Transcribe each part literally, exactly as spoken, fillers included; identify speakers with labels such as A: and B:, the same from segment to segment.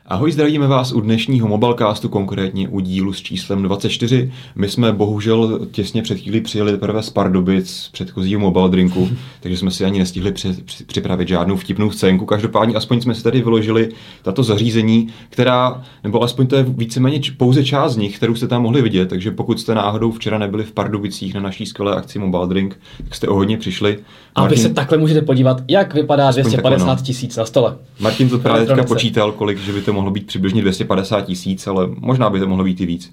A: Ahoj, zdravíme vás u dnešního Mobilecastu, konkrétně u dílu s číslem dvacet čtyři. My jsme bohužel těsně před chvílí přijeli teprve z Pardubic z předchozího Mobile Drinku, takže jsme si ani nestihli při, při, připravit žádnou vtipnou scénku. Každopádně aspoň jsme si tady vyložili tato zařízení, která, nebo aspoň to je víceméně pouze část z nich, kterou jste tam mohli vidět, takže pokud jste náhodou včera nebyli v Pardubicích na naší skvělé akci Mobile Drink, tak jste o hodně přišli.
B: A Martin, vy se takhle můžete podívat, jak vypadá dvě stě padesát tisíc na stole.
A: Martin to právě teďka počítal, kolik, že by to mohlo být přibližně dvě stě padesát tisíc, ale možná by to mohlo být i víc.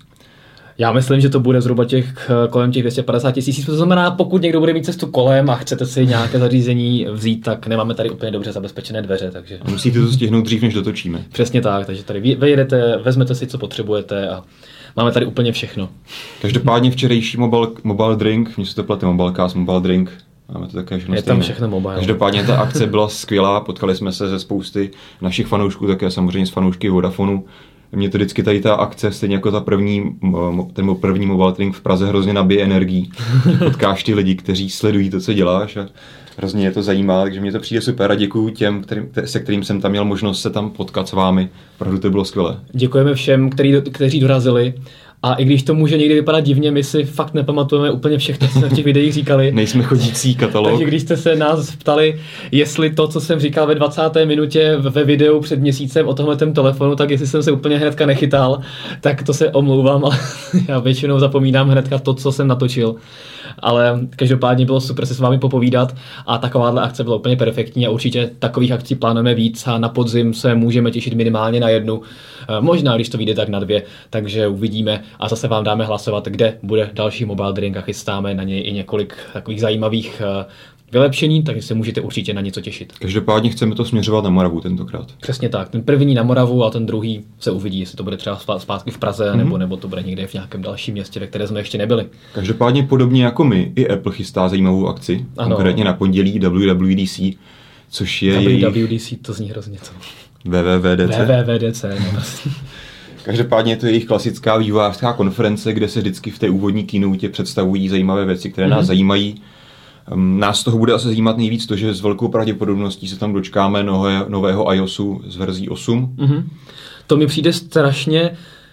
B: Já myslím, že to bude zhruba těch kolem těch dvě stě padesát tisíc. To znamená, pokud někdo bude mít cestu kolem a chcete si nějaké zařízení vzít, tak nemáme tady úplně dobře zabezpečené dveře. Takže...
A: A musíte to stihnout dřív, než dotočíme.
B: Přesně tak, takže tady vyjedete, vezmete si, co potřebujete a máme tady úplně všechno.
A: Každopádně včerejší mobile, mobile drink, mně se to plete Mobilecast, Mobile Drink, máme to také všechno
B: je
A: stejné.
B: Tam všechno mobile.
A: Každopádně ta akce byla skvělá, potkali jsme se ze spousty našich fanoušků, také samozřejmě s fanoušky Vodafonu. Mě to vždycky tady ta akce, stejně jako ta první, ten první Mobile Drink v Praze hrozně nabije energií. Potkáš ty lidi, kteří sledují to, co děláš a hrozně je to zajímá, takže mě to přijde super a děkuju těm, kterým, se kterým jsem tam měl možnost se tam potkat s vámi. Opravdu to bylo skvělé.
B: Děkujeme všem, který, kteří dorazili. A i když to může někdy vypadat divně, my si fakt nepamatujeme úplně všechno, co jsme v těch videích říkali.
A: Nejsme chodící katalog.
B: Takže když jste se nás ptali, jestli to, co jsem říkal ve dvacáté minutě ve videu před měsícem o tomhletem telefonu, tak jestli jsem se úplně hnedka nechytal, tak to se omlouvám, ale já většinou zapomínám hnedka to, co jsem natočil. Ale každopádně bylo super se s vámi popovídat a takováhle akce byla úplně perfektní a určitě takových akcí plánujeme víc a na podzim se můžeme těšit minimálně na jednu, možná když to vyjde tak na dvě, takže uvidíme a zase vám dáme hlasovat, kde bude další Mobile Drink a chystáme na něj i několik takových zajímavých vylepšení, takže se můžete určitě na něco těšit.
A: Každopádně chceme to směřovat na Moravu tentokrát.
B: Přesně tak, ten první na Moravu a ten druhý se uvidí, jestli to bude třeba zpátky v Praze, mm-hmm. nebo, nebo to bude někde v nějakém dalším městě, ve které jsme ještě nebyli.
A: Každopádně podobně jako my, i Apple chystá zajímavou akci, ano. Konkrétně na pondělí W W D C, což je
B: W W D C, to zní hrozně to.
A: W W D C.
B: W W D C, no.
A: Každopádně je to jejich klasická vývojářská konference, kde se vždycky v té úvodní keynote představují zajímavé věci, které mm-hmm. nás zajímají. Nás toho bude asi zajímat nejvíc to, že s velkou pravděpodobností se tam dočkáme nové, nového iOSu z verzí osm.
B: Mm-hmm. To mi přijde strašně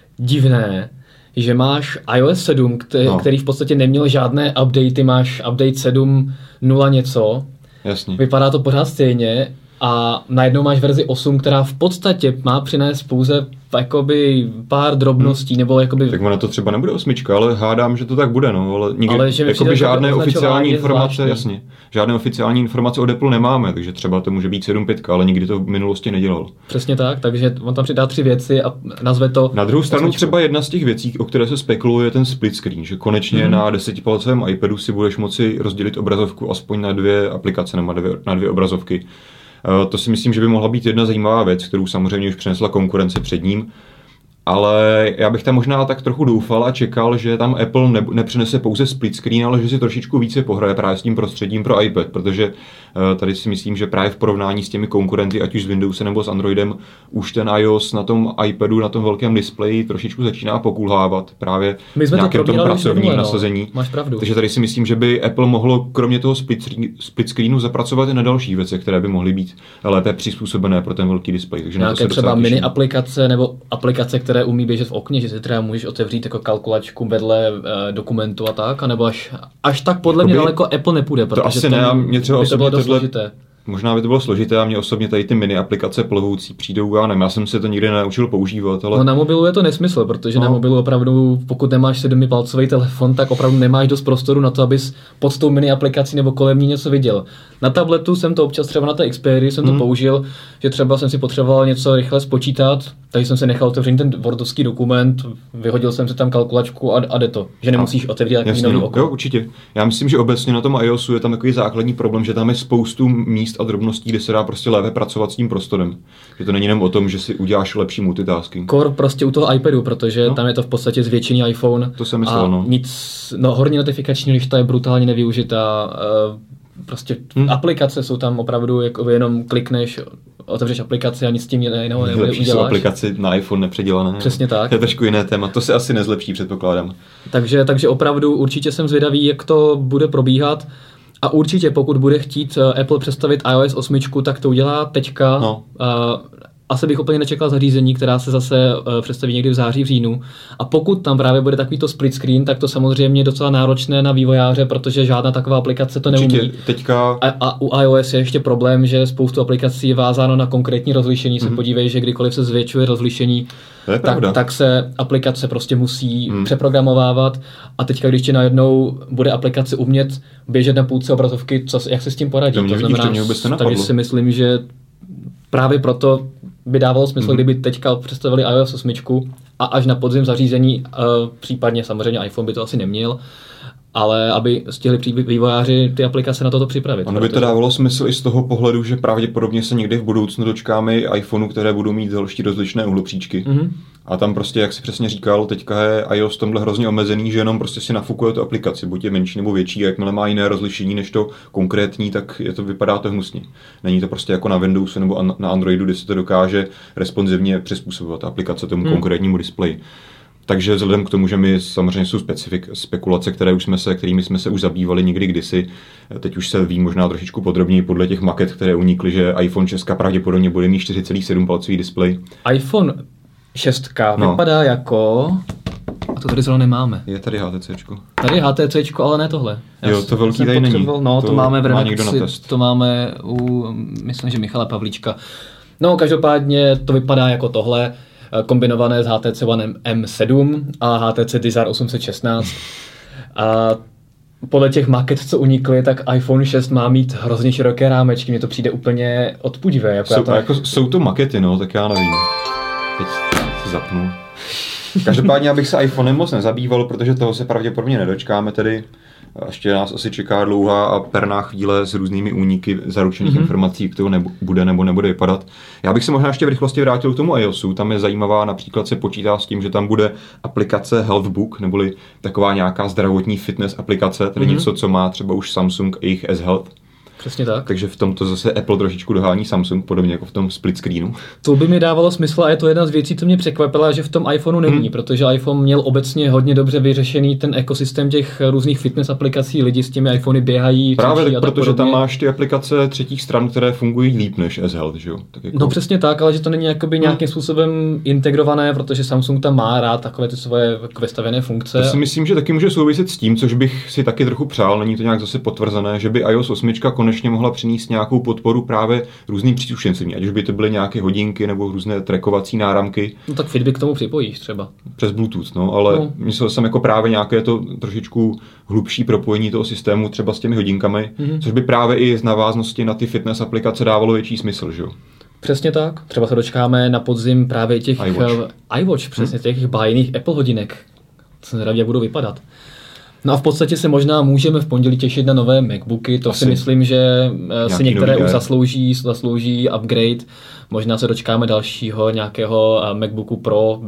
B: divné, že máš iOS sedm, který, no. který v podstatě neměl žádné updaty, máš update sedm nula něco.
A: Jasně.
B: Vypadá to pořád stejně a najednou máš verzi osm, která v podstatě má přinést pouze jakoby pár drobností, hmm. nebo jakoby...
A: Tak ona to třeba nebude osmička, ale hádám, že to tak bude, no, ale nikdy,
B: ale že
A: jakoby žádné oficiální informace, zvláštní. Jasně, žádné oficiální informace od Apple nemáme, takže třeba to může být sedm pět, ale nikdy to v minulosti nedělal.
B: Přesně tak, takže on tam přidá tři věci a nazve to...
A: Na druhou stranu osmičku. Třeba jedna z těch věcí, o které se spekuluje, je ten split screen, že konečně hmm. na desetipalcovém iPadu si budeš moci rozdělit obrazovku aspoň na dvě aplikace nebo na dvě, na dvě obrazovky. To si myslím, že by mohla být jedna zajímavá věc, kterou samozřejmě už přinesla konkurence před ním, ale já bych tam možná tak trochu doufal a čekal, že tam Apple ne- nepřinese pouze split screen, ale že si trošičku více pohraje právě s tím prostředím pro iPad, protože uh, tady si myslím, že právě v porovnání s těmi konkurenty, ať už s Windowsem nebo s Androidem, už ten iOS na tom iPadu, na tom velkém displeji trošičku začíná pokulhávat právě v nějakém tom pracovním no. nasazení.
B: Máš pravdu.
A: Takže tady si myslím, že by Apple mohlo kromě toho split, split screenu zapracovat i na další věci, které by mohly být lépe přizpůsobené pro ten velký displej. Takže
B: nějaké na to se třeba mini aplikace nebo aplikace, které umí běžet v okně, že si třeba můžeš otevřít jako kalkulačku vedle e, dokumentu a tak, anebo až, až tak podle Jakoby, mě daleko Apple nepůjde, protože
A: to asi ne, mě třeba
B: by to bylo dost
A: tohle,
B: složité.
A: Možná by to bylo složité a mě osobně tady ty mini aplikace plovoucí přijdou, já nevím, já jsem si to nikdy nenaučil používat, ale...
B: No na mobilu je to nesmysl, protože no. na mobilu opravdu, pokud nemáš sedmipalcový telefon, tak opravdu nemáš dost prostoru na to, abys pod tou mini aplikací nebo kolem ní něco viděl. Na tabletu jsem to občas třeba na té Xperii jsem hmm. to použil, že třeba jsem si potřeboval něco rychle spočítat, takže jsem si nechal otevřít ten wordovský dokument, vyhodil jsem si tam kalkulačku a, a jde to, že nemusíš otevřít takový nový okno.
A: Jo, určitě. Já myslím, že obecně na tom iOSu je tam takový základní problém, že tam je spoustu míst a drobností, kde se dá prostě lépe pracovat s tím prostorem. Že to není jenom o tom, že si uděláš lepší multitasking.
B: Core prostě u toho iPadu, protože no. tam je to v podstatě zvětšený iPhone.
A: To jsem myslel, no.
B: Nic, no horní notifikační lista je brutálně nevyužitá. Prostě hmm. aplikace jsou tam opravdu, jako jenom klikneš, otevřeš aplikaci a nic s tím jiného neuděláš.
A: Jsou aplikaci na iPhone nepředělané.
B: Přesně tak.
A: To je trošku jiné téma, to se asi nezlepší, předpokládám.
B: Takže, takže opravdu určitě jsem zvědavý, jak to bude probíhat. A určitě, pokud bude chtít Apple představit iOS osm, tak to udělá teďka. No. asi bych úplně nečekal zařízení, která se zase uh, představí někdy v září, v říjnu. A pokud tam právě bude takovýto split screen, tak to samozřejmě je docela náročné na vývojáře, protože žádná taková aplikace to neumí.
A: Určitě, teďka...
B: A, a u iOS je ještě problém, že spoustu aplikací je vázáno na konkrétní rozlišení. Mm-hmm. Se podívej, že kdykoliv se zvětšuje rozlišení, tak, tak se aplikace prostě musí mm. přeprogramovávat. A teďka, když ti najednou bude aplikace umět běžet na půlce obrazovky, co, jak se s tím poradí?
A: To mě
B: to
A: vidíš,
B: znamená,
A: to mě vůbec nenapadlo.
B: Takže si myslím, že právě proto by dávalo smysl, mm. kdyby teďka představili iOS osm a až na podzim zařízení, uh, případně samozřejmě iPhone by to asi neměl, ale aby stihli vývojáři ty aplikace na toto připravit.
A: Ono by to dávalo smysl i z toho pohledu, že pravděpodobně se někdy v budoucnu dočkáme iPhoneu, které budou mít další rozličné uhlopříčky. Mm-hmm. A tam prostě, jak si přesně říkal, teďka je iOS tomhle hrozně omezený, že jenom prostě si nafukuje tu aplikaci, buď je menší nebo větší, a jakmile má jiné rozlišení než to konkrétní, tak je to, vypadá to hnusně. Není to prostě jako na Windowsu nebo na Androidu, kde se to dokáže responsivně přizpůsobovat aplikace tomu mm. konkrétnímu displeji. Takže vzhledem k tomu, že my samozřejmě jsou specifik, spekulace, které už jsme se, kterými jsme se už zabývali někdy kdysi, teď už se ví možná trošičku podrobněji podle těch maket, které unikly, že iPhone šest pravděpodobně bude mít čtyři celá sedm palcový displej.
B: iPhone šest
A: no.
B: vypadá jako... A to tady zrovna nemáme.
A: Je tady HTCčko.
B: Tady HTCčko, ale ne tohle. Já
A: jo, to velký tady není.
B: No, to, to máme v redakci,
A: má
B: to máme u, myslím, že Michala Pavlíčka. No, každopádně to vypadá jako tohle, kombinované s H T C One M sedm a H T C Desire osm set šestnáct. A podle těch maket, co unikly, tak iPhone šest má mít hrozně široké rámečky. Mně to přijde úplně odpudivé. Jako
A: jsou,
B: to...
A: jako, jsou to makety, no, tak já nevím. Teď si zapnu. Každopádně, abych se iPhonem moc nezabýval, protože toho se pravděpodobně nedočkáme tedy. Ještě nás asi čeká dlouhá a perná chvíle s různými úniky zaručených mm-hmm. informací, jak to nebu, bude nebo nebude vypadat. Já bych se možná ještě v rychlosti vrátil k tomu iOSu. Tam je zajímavá, například se počítá s tím, že tam bude aplikace Healthbook, neboli taková nějaká zdravotní fitness aplikace, tedy mm-hmm. něco, co má třeba už Samsung a jejich S-Health.
B: Přesně tak.
A: Takže v tomto zase Apple trošičku dohání Samsung, podobně jako v tom split screenu.
B: To by mi dávalo smysl a je to jedna z věcí, co mě překvapila, že v tom iPhoneu není, hmm. protože iPhone měl obecně hodně dobře vyřešený ten ekosystém těch různých fitness aplikací, lidi s těmi iPhony běhají.
A: Právě tak, protože tam máš ty aplikace třetích stran, které fungují líp než S-Health, že jo? Tak jako...
B: No přesně tak, ale že to není jakoby nějakým hmm. způsobem integrované, protože Samsung tam má rád takové ty svoje vystavěné funkce.
A: To si myslím, že taky může souviset s tím, což bych si taky trochu přál, není to nějak zase potvrzené, že by iOS osm konečně mohla přinést nějakou podporu právě různým příslušenstvím, ať už by to byly nějaké hodinky nebo různé trackovací náramky.
B: No tak Fitbit k tomu připojíš třeba.
A: Přes Bluetooth, no, ale no. myslel jsem jako právě nějaké to trošičku hlubší propojení toho systému třeba s těmi hodinkami, mm-hmm. což by právě i z naváznosti na ty fitness aplikace dávalo větší smysl, že jo?
B: Přesně tak. Třeba se dočkáme na podzim právě těch
A: iWatch,
B: uh, iWatch přesně hmm. těch bájných Apple hodinek. Co zvědavě, jak budou vypadat. No a v podstatě se možná můžeme v pondělí těšit na nové MacBooky, to Asi. si myslím, že si některé už zaslouží, zaslouží upgrade. Možná se dočkáme dalšího nějakého MacBooku Pro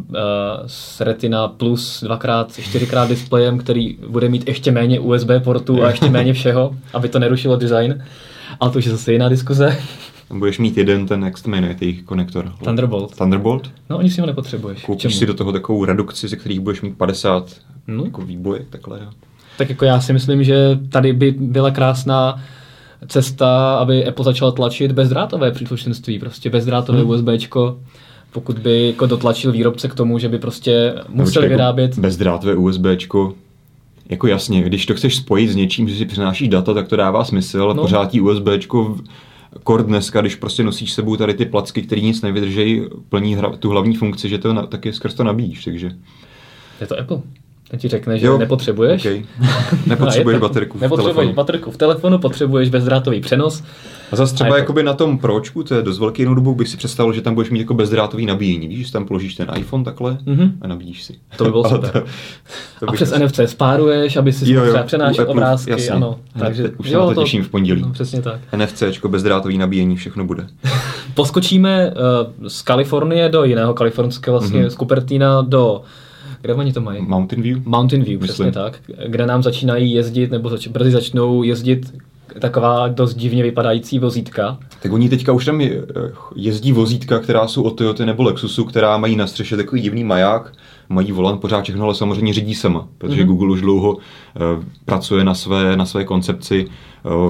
B: s Retina plus dvakrát, čtyřikrát displejem, který bude mít ještě méně U S B portů a ještě méně všeho, aby to nerušilo design. Ale to už je zase jiná diskuze.
A: Budeš mít jeden ten, jak se jmenuje, jejich konektor.
B: Thunderbolt.
A: Thunderbolt?
B: No, ani si ho nepotřebuješ.
A: Koupíš si do toho takovou redukci, ze kterých budeš mít padesát no. jako výbojek, takhle. Jo.
B: Tak jako já si myslím, že tady by byla krásná cesta, aby Apple začal tlačit bezdrátové příslušenství, prostě bezdrátové hmm. USBčko, pokud by jako dotlačil výrobce k tomu, že by prostě musel jako vyrábět...
A: Bezdrátové USBčko, jako jasně, když to chceš spojit s něčím, že si přinášíš data, tak to dává smysl, ale no. pořád tí USBčko... Kor dneska, když prostě nosíš sebou tady ty placky, které nic nevydržejí, plní hra, tu hlavní funkci, že to na, taky skrz to nabíjíš, takže...
B: Je to Apple. Ten ti řekne, že jo, nepotřebuješ.
A: Okay. Nepotřebuješ baterku v
B: nepotřebuješ
A: telefonu.
B: baterku v telefonu, potřebuješ bezdrátový přenos.
A: A zase třeba a jakoby na tom Pročku, to je dost velký notebook, bych si představil, že tam budeš mít jako bezdrátový nabíjení. Víš, že tam položíš ten iPhone takhle mm-hmm. a nabíjíš si.
B: To by bylo super. to, to a přes N F C spáruješ, aby si jo, jo, třeba přenášel obrázky.
A: Jasně.
B: Ano,
A: takže už jo, se na to těším v pondělí.
B: No, přesně tak.
A: NFCčko, bezdrátový nabíjení, všechno bude.
B: Poskočíme uh, z Kalifornie do jiného kalifornského, vlastně mm-hmm. z Cupertina do... Kde oni to mají?
A: Mountain View?
B: Mountain View, myslím. Přesně tak. Kde nám začínají jezdit, nebo zač- brzy začnou jezdit taková dost divně vypadající vozítka.
A: Tak oni teďka už tam jezdí vozítka, která jsou od Toyoty nebo Lexusu, která mají na střeše takový divný maják, mají volant, pořád všechno, ale samozřejmě řídí sama, protože mm-hmm. Google už dlouho uh, pracuje na své, na své koncepci uh,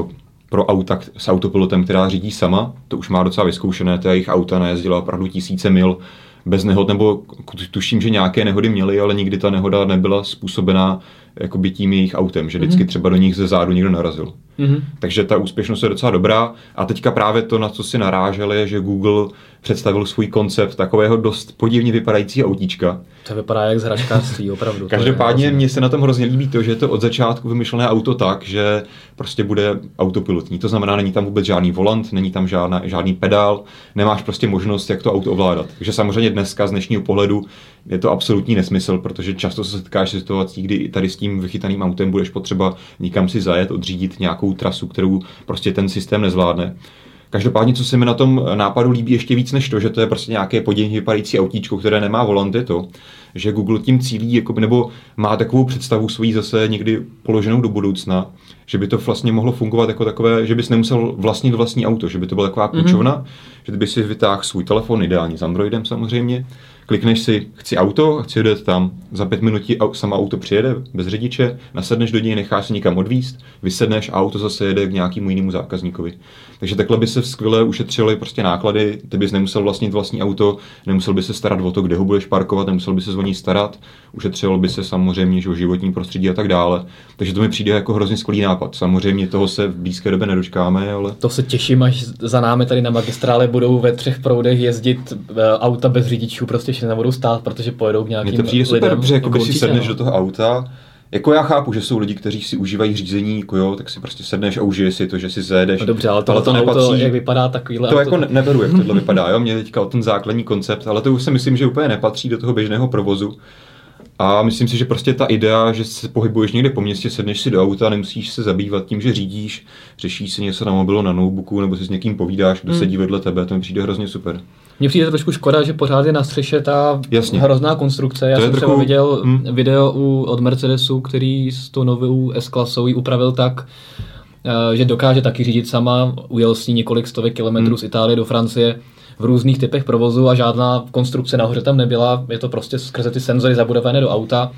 A: pro auta s autopilotem, která řídí sama, to už má docela vyzkoušené, ta jejich auta najezdila opravdu tisíce mil bez nehod, nebo tuším, že nějaké nehody měly, ale nikdy ta nehoda nebyla způsobená jakoby tím jejich autem, že vždycky mm-hmm. třeba do nich ze zádu někdo narazil. Mm-hmm. Takže ta úspěšnost je docela dobrá a teďka právě to, na co si narážel, je, že Google představil svůj koncept takového dost podivně vypadajícího autíčka.
B: To vypadá jak z hračkářství, opravdu.
A: Každopádně mně se na tom hrozně líbí to, že je to od začátku vymyšlené auto tak, že prostě bude autopilotní. To znamená, není tam vůbec žádný volant, není tam žádná, žádný pedál, nemáš prostě možnost, jak to auto ovládat. Takže samozřejmě dneska z dnešního pohledu je to absolutní nesmysl, protože často se setkáš s situací, kdy tady s tím vychytaným autem budeš potřeba nikam si zajet, odřídit nějakou trasu, kterou prostě ten systém nezvládne. Každopádně, co se mi na tom nápadu líbí ještě víc než to, že to je prostě nějaké podivně vypadající autíčko, které nemá volant, je to, že Google tím cílí, jakoby, nebo má takovou představu svojí zase někdy položenou do budoucna, že by to vlastně mohlo fungovat jako takové, že bys nemusel vlastnit vlastní auto, že by to byla taková půjčovna, mm-hmm. že by si vytáhl svůj telefon, ideálně s Androidem samozřejmě, klikneš si, chci auto, chci jet tam, za pět minut ti sama auto přijede bez řidiče, nasedneš do něj, necháš se někam odvízt, vysedneš a auto zase jede k nějakému jinému zákazníkovi. Takže takhle by se skvěle ušetřily prostě náklady, ty bys nemusel vlastnit vlastní auto, nemusel by se starat o to, kde ho budeš parkovat, nemusel by se o něj starat, ušetřilo by se samozřejmě že o životní prostředí a tak dále. Takže to mi přijde jako hrozně skvělý nápad. Samozřejmě toho se v blízké době nedočkáme, ale
B: to se těším, až za námi tady na magistrále budou ve třech proudech jezdit auta bez řidičů, prostě že nebudou stát, protože pojedou k nějakým lidem.
A: Mně to přijde super, protože jako si sedneš no. do toho auta. Jako já chápu, že jsou lidi, kteří si užívají řízení, jako jo, tak si prostě sedneš a užiješ si to, že si zajedeš.
B: No dobře, ale, ale to nepatří. Auto, jak vypadá takovýhle
A: to
B: auto.
A: jako ne- neberu, jak tohle vypadá, jo, mě teďka ten základní koncept, ale to už si myslím, že úplně nepatří do toho běžného provozu. A myslím si, že prostě ta idea, že se pohybuješ někde po městě, sedneš si do auta, nemusíš se zabývat tím, že řídíš, řešíš si něco na mobilu, na notebooku, nebo si s někým povídáš, kdo hmm. sedí vedle tebe, to mi přijde hrozně super.
B: Mně přijde trošku škoda, že pořád je na střeše ta
A: Jasně.
B: hrozná konstrukce. Já to jsem třeba trochu... viděl hmm. video u, od Mercedesu, který s tou novou S-klasou ji upravil tak, že dokáže taky řídit sama, ujel s ní několik stovek kilometrů hmm. z Itálie do Francie v různých typech provozu a žádná konstrukce nahoře tam nebyla, je to prostě skrze ty senzory zabudované do auta.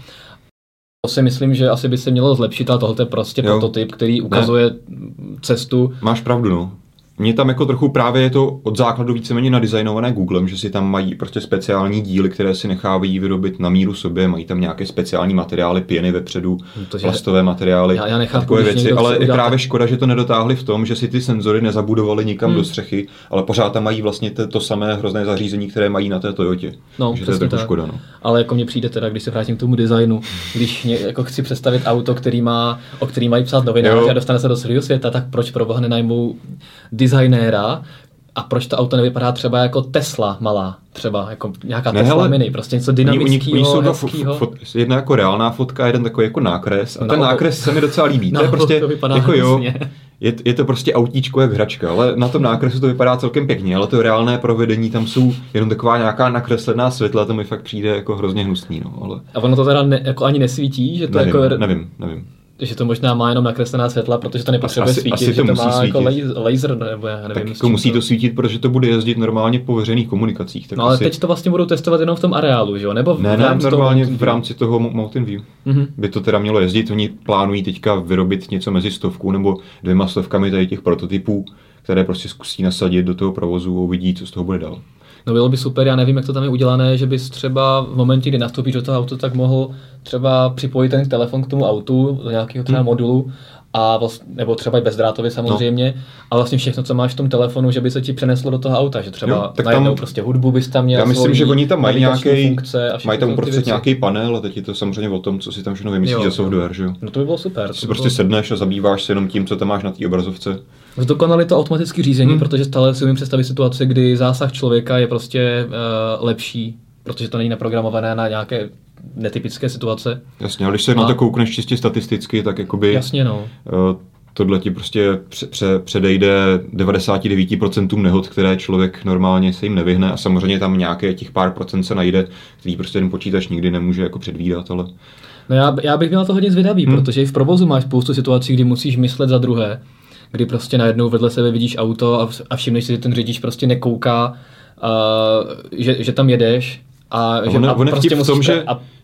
B: To si myslím, že asi by se mělo zlepšit, ale tohle je prostě jo. prototyp, který ukazuje ne. cestu.
A: Máš pravdu, no. Mně tam jako trochu právě je to od základu víceméně nadizajnované Googlem, že si tam mají prostě speciální díly, které si nechávají vyrobit na míru sobě, mají tam nějaké speciální materiály, pěny vepředu, no plastové materiály,
B: já, já nechápu,
A: takové věci, ale je právě škoda, že to nedotáhli v tom, že si ty senzory nezabudovali nikam hmm. do střechy, ale pořád tam mají vlastně to, to samé hrozné zařízení, které mají na té Toyotě.
B: No,
A: takže to je trochu tak. škoda. No.
B: Ale jako mně přijde teda, když se vrátím k tomu designu, když mě, jako chci představit auto, který má, o který mají psát novináři a dostane se do celého světa, tak proč pro boha nenajmou designéra? A proč to auto nevypadá třeba jako Tesla malá, třeba jako nějaká ne, Tesla hele, Mini, prostě něco dynamického, hezkýho.
A: Fot, jedna jako reálná fotka, jeden takový jako nákres a no, ten nákres se mi docela líbí.
B: No,
A: to je prostě,
B: to vypadá
A: jako jo, je, je to prostě autíčko jak hračka, ale na tom nákresu to vypadá celkem pěkně, ale to reálné provedení, tam jsou jenom taková nějaká nakreslená světla, to mi fakt přijde jako hrozně hnusný, no, ale...
B: A ono to teda ne, jako ani nesvítí, že to
A: nevím,
B: jako...
A: Nevím, nevím.
B: Že to možná má jenom nakreslená světla, protože to nepotřebuje
A: asi,
B: svítit,
A: asi to
B: že to
A: musí
B: má
A: svítit.
B: jako laser, nebo já nevím.
A: Tak jako musí to... to svítit, protože to bude jezdit normálně po veřejných komunikacích. Tak
B: no ale
A: asi...
B: teď to vlastně budou testovat jenom v tom areálu, že jo? Nebo v
A: ne, ne, normálně
B: toho
A: v rámci toho Mountain View. Mm-hmm. By to teda mělo jezdit, oni plánují teďka vyrobit něco mezi stovkou nebo dvěma stovkami tady těch prototypů, které prostě zkusí nasadit do toho provozu a uvidí, co z toho bude dál.
B: No bylo by super, já nevím, jak to tam je udělané, že bys třeba v momentě, kdy nastoupíš do toho auta, tak mohl třeba připojit ten telefon k tomu autu, do nějakého třeba hmm. modulu, a vlastně, nebo třeba i bezdrátově samozřejmě, no. a vlastně všechno, co máš v tom telefonu, že by se ti přeneslo do toho auta, že třeba jo, najednou tam, prostě hudbu bys tam měl.
A: Já myslím, že oni tam mají nějaký,
B: funkce a
A: mají tam uprostřed nějaký panel a teď je to samozřejmě o tom, co si tam všechno vymyslí za software, že jo.
B: No to by bylo super.
A: Si prostě bylo... sedneš a zabýváš se jenom tím, co tam máš na té obrazovce.
B: Zdokonali to automatické řízení, hmm. protože stále si umím představit situaci, kdy zásah člověka je prostě uh, lepší, protože to není naprogramované na nějaké netypické situace.
A: Jasně, ale když se a... na to koukneš čistě statisticky, tak jakoby...
B: Jasně, no.
A: Uh, tohle ti prostě pře- pře- předejde devadesát devět procent nehod, které člověk normálně se jim nevyhne a samozřejmě tam nějaké těch pár procent se najde, který prostě ten počítač nikdy nemůže jako předvídat, ale...
B: No já, já bych měl to hodně zvědavý, hmm. protože i v provozu máš spoustu situací, kdy musíš myslet za druhé, kdy prostě najednou vedle sebe vidíš auto a, a všimneš si, že ten řidič prostě nekouká, uh, že, že tam jedeš. A,
A: a
B: že
A: on,
B: a
A: on je
B: prostě
A: vtip v tom, že,
B: a...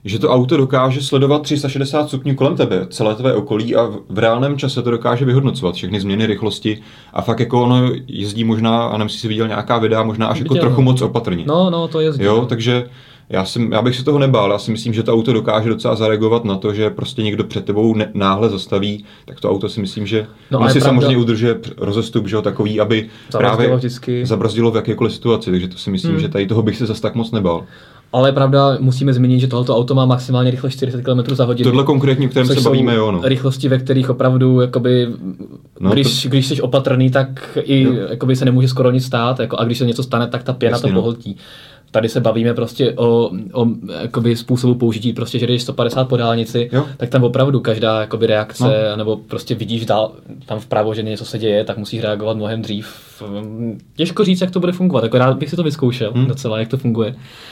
A: že to auto dokáže sledovat tři sta šedesát stupňů kolem tebe, celé tvé okolí a v reálném čase to dokáže vyhodnocovat všechny změny rychlosti a fakt jako ono jezdí možná, a nevím, jestli jsi viděl nějaká videa, možná až jako
B: Viděl.
A: trochu moc opatrně.
B: No, no, to jezdí.
A: Jo, takže já, si, já bych se toho nebál, já si myslím, že to auto dokáže docela zareagovat na to, že prostě někdo před tebou ne, náhle zastaví, tak to auto si myslím, že
B: no,
A: on si
B: pravda,
A: samozřejmě udržuje rozestup, že jo, takový, aby právě
B: vždycky.
A: zabrzdilo v jakékoliv situaci, takže to si myslím, hmm. že tady toho bych se zas tak moc nebál.
B: Ale pravda, musíme zmínit, že tohoto auto má maximálně rychlost čtyři sta kilometrů za hodinu.
A: Tohle konkrétně, o kterém se bavíme, jo, no.
B: Rychlosti, ve kterých opravdu, jakoby, no, když, to... když jsi opatrný, tak i jakoby, se nemůže skoro nic stát, jako, a když se něco stane, tak ta pěna Jasně, to pohltí. No. Tady se bavíme prostě o, o jakoby, způsobu použití, prostě, že když sto padesát po dálnici, jo. tak tam opravdu každá jakoby, reakce, no. nebo prostě vidíš dál, tam vpravo, že něco se děje, tak musíš reagovat mnohem dřív. Těžko říct, jak to bude fungovat, jako rád bych si to vyzkoušel hmm. docela, jak to funguje.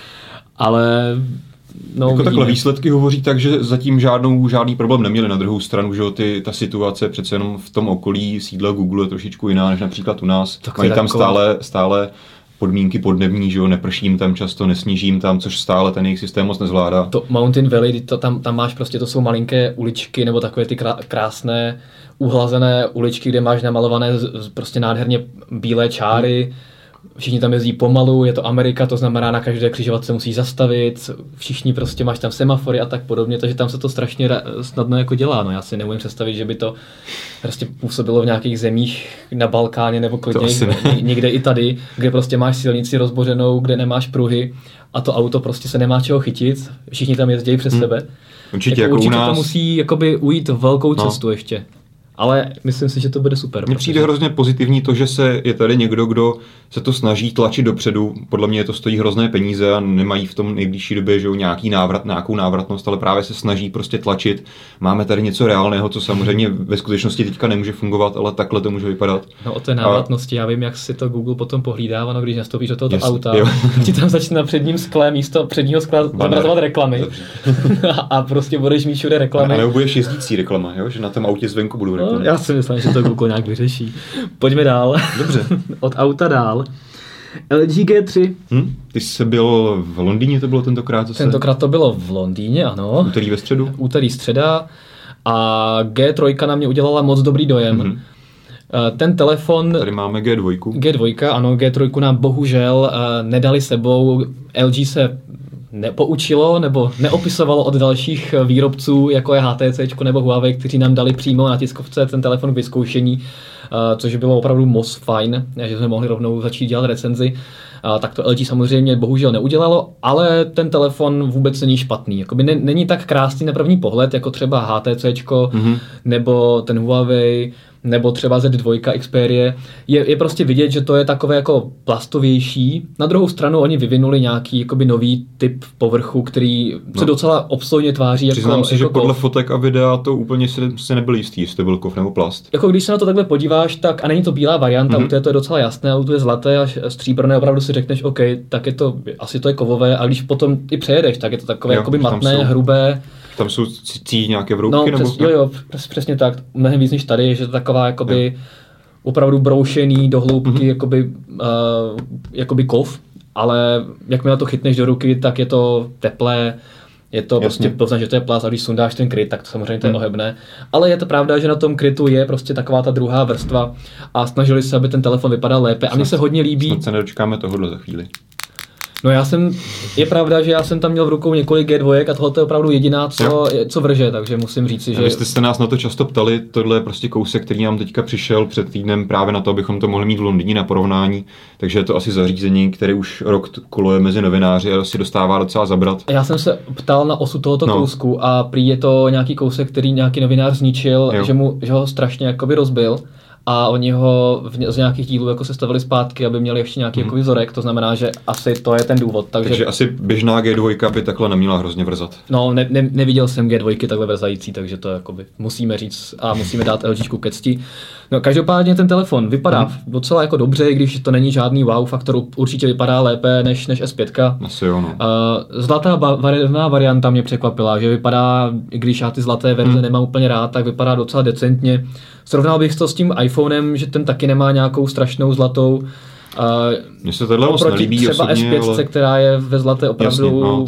B: Ale no,
A: jako takhle výsledky hovoří tak, že zatím žádnou, žádný problém neměli. Na druhou stranu, že ty, ta situace přece jenom v tom okolí sídla Google je trošičku jiná, než například u nás. Tak mají tam stále, stále podmínky podnební, že jo, neprším tam často, nesnížím tam, což stále ten jejich systém moc nezvládá.
B: To Mountain Valley, to tam, tam máš prostě, to jsou malinké uličky, nebo takové ty krásné uhlazené uličky, kde máš namalované prostě nádherně bílé čáry, hmm. Všichni tam jezdí pomalu, je to Amerika, to znamená, na každé křižovatce musíš zastavit, všichni prostě máš tam semafory a tak podobně, takže tam se to strašně snadno jako dělá. No já si neumím představit, že by to prostě působilo v nějakých zemích na Balkáně nebo klidně někde i tady, kde prostě máš silnici rozbořenou, kde nemáš pruhy a to auto prostě se nemá čeho chytit, všichni tam jezdí přes hmm. sebe.
A: Určitě,
B: jako
A: jako
B: určitě
A: u nás...
B: to musí jakoby ujít velkou cestu no. ještě. Ale myslím si, že to bude super.
A: Mně přijde hrozně pozitivní to, že se je tady někdo, kdo se to snaží tlačit dopředu. Podle mě to stojí hrozné peníze a nemají v tom nejbližší době že nějaký návrat, nějakou návratnost, ale právě se snaží prostě tlačit. Máme tady něco reálného, co samozřejmě ve skutečnosti teďka nemůže fungovat, ale takhle to může vypadat.
B: No o té návratnosti, a... já vím, jak si to Google potom pohlídá, no, když nastoupíš do tohoto auta, ti tam začne na předním skle místo předního skla zobrazovat reklamy a prostě budeš mít všude reklamy.
A: A nebo budeš jezdící reklama, jo? Že na tom autě zvenku budou reklamy.
B: No, já si myslím, že to Google nějak vyřeší. Pojďme dál.
A: Dobře.
B: Od auta dál. L G G tři.
A: Hm? Ty jsi byl v Londýně, to bylo tentokrát zase?
B: Tentokrát to bylo v Londýně, ano.
A: Úterý ve středu?
B: Úterý středa. A G tři na mě udělala moc dobrý dojem. Mm-hmm. Ten telefon...
A: Tady máme G dva.
B: G dva, ano, G tři nám bohužel nedali sebou. L G se nepoučilo nebo neopisovalo od dalších výrobců, jako je H T C nebo Huawei, kteří nám dali přímo na tiskovce ten telefon k vyzkoušení, což bylo opravdu moc fajn, že jsme mohli rovnou začít dělat recenzi. Tak to L G samozřejmě bohužel neudělalo, ale ten telefon vůbec není špatný. Jakoby ne, není tak krásný na první pohled, jako třeba H T C mm-hmm. nebo ten Huawei, nebo třeba Z dva Xperia. Je, je prostě vidět, že to je takové jako plastovější. Na druhou stranu oni vyvinuli nějaký jakoby nový typ povrchu, který se no. docela obstojně tváří.
A: Přiznám
B: jako,
A: si,
B: jako
A: že podle fotek a videa to úplně si, si nebyl jistý, jestli to byl kov nebo plast.
B: Jako když se na to takhle podíváš, tak a není to bílá varianta, mm-hmm. u té to je docela jasné, u té je zlaté a stříbrné, opravdu si řekneš, OK, tak je to, asi to je kovové, a když potom i přejedeš, tak je to takové jo, jakoby matné, jsou... hrubé.
A: Tam jsou cí nějaké vroubky?
B: No,
A: nebo
B: přes, jo, jo, přes, přesně tak. Mnohem víc než tady, že to taková jakoby jo. opravdu broušený do hloubky, mm-hmm. jakoby, uh, jakoby kov, ale jakmile to chytneš do ruky, tak je to teplé, je to Jasně. prostě poznáš, že to je plast, a když sundáš ten kryt, tak to samozřejmě to je mm. ohebné. Ale je to pravda, že na tom krytu je prostě taková ta druhá vrstva a snažili se, aby ten telefon vypadal lépe. A mně se hodně líbí...
A: Snad se nedočkáme tohohle za chvíli.
B: No já jsem, je pravda, že já jsem tam měl v rukou několik G dva a tohle je opravdu jediná, co, co vrže, takže musím říci, že...
A: Vy jste se nás na to často ptali, tohle je prostě kousek, který nám teďka přišel před týdnem právě na to, abychom to mohli mít v Londýně na porovnání, takže je to asi zařízení, které už rok koluje mezi novináři a si dostává docela zabrat.
B: Já jsem se ptal na osu tohoto no. kousku a prý je to nějaký kousek, který nějaký novinář zničil, že, mu, že ho strašně jakoby rozbil. A oni ho v, z nějakých dílů jako sestavili zpátky, aby měli ještě nějaký hmm. jako vzorek, to znamená, že asi to je ten důvod. Takže,
A: takže asi běžná G dva by takhle neměla hrozně vrzat.
B: No, ne, ne, neviděl jsem G dva takhle vrzající, takže to jakoby musíme říct a musíme dát LGčku ke cti. No, každopádně ten telefon vypadá hmm. docela jako dobře, i když to není žádný wow faktor, určitě vypadá lépe než, než S pět.
A: Asi jo, no.
B: Uh, zlatá barevná varianta mě překvapila, že vypadá, i když já ty zlaté verze hmm. nemám úplně rád, tak vypadá docela decentně. Srovnal bych to s tím iPhonem, že ten taky nemá nějakou strašnou zlatou.
A: Mně se tohle moc nelíbí
B: třeba
A: osobně,
B: S pět,
A: ale...
B: která je ve zlaté opravdu
A: Jasně, no, to je...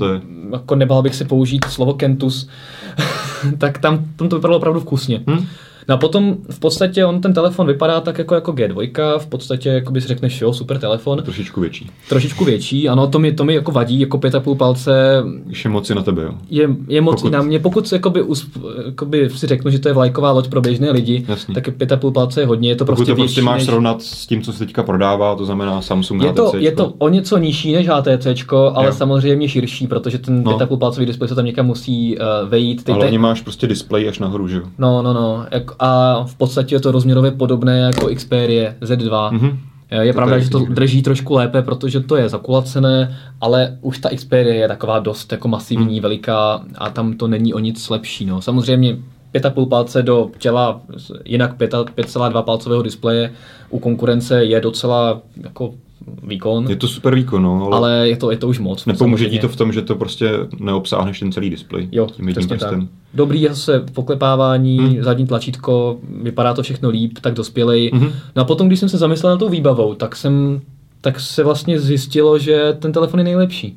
B: jako nebál bych si použít slovo kentus, tak tam, tam to vypadalo opravdu vkusně. Hmm. No a potom v podstatě on ten telefon vypadá tak jako, jako G dva, v podstatě jako bys řekneš, jo, super telefon.
A: Trošičku větší.
B: Trošičku větší, ano, to mi, to mi jako vadí, jako pět a půl palce.
A: Je moc na tebe, jo.
B: Je, je moc pokud... na mě, pokud jakoby, jakoby si řeknu, že to je vlajková loď pro běžné lidi, jasně. Tak pět a půl palce je hodně, je to
A: pokud
B: prostě
A: to
B: větší
A: prostě máš
B: než...
A: srovnat s tím, co se teďka prodává, to znamená Samsung
B: je to,
A: H T C.
B: Je to o něco nižší než H T C, ale jo. Samozřejmě širší, protože ten
A: no.
B: pět a půl palcový displej se tam někam musí uh, vejít.
A: Ty, ale hlavně máš prostě displej až nahoru, že jo.
B: No, no, no. A v podstatě je to rozměrově podobné jako Xperia Z dva. Mm-hmm. Je to pravda, že to drží trošku lépe, protože to je zakulacené, ale už ta Xperia je taková dost jako masivní, mm. veliká a tam to není o nic lepší. No. Samozřejmě pět a půl palce do těla jinak pět celá dva palcového displeje u konkurence je docela jako výkon.
A: Je to super výkon, no,
B: ale, ale je, to, je to už moc.
A: Nepomůže ti to v tom, že to prostě neobsáhneš ten celý displej.
B: Jo, tím jedním prstem. Dobrý je zase poklepávání, hmm. zadní tlačítko, vypadá to všechno líp, tak dospělej. Hmm. No a potom, když jsem se zamyslel na tou výbavou, tak jsem tak se vlastně zjistilo, že ten telefon je nejlepší.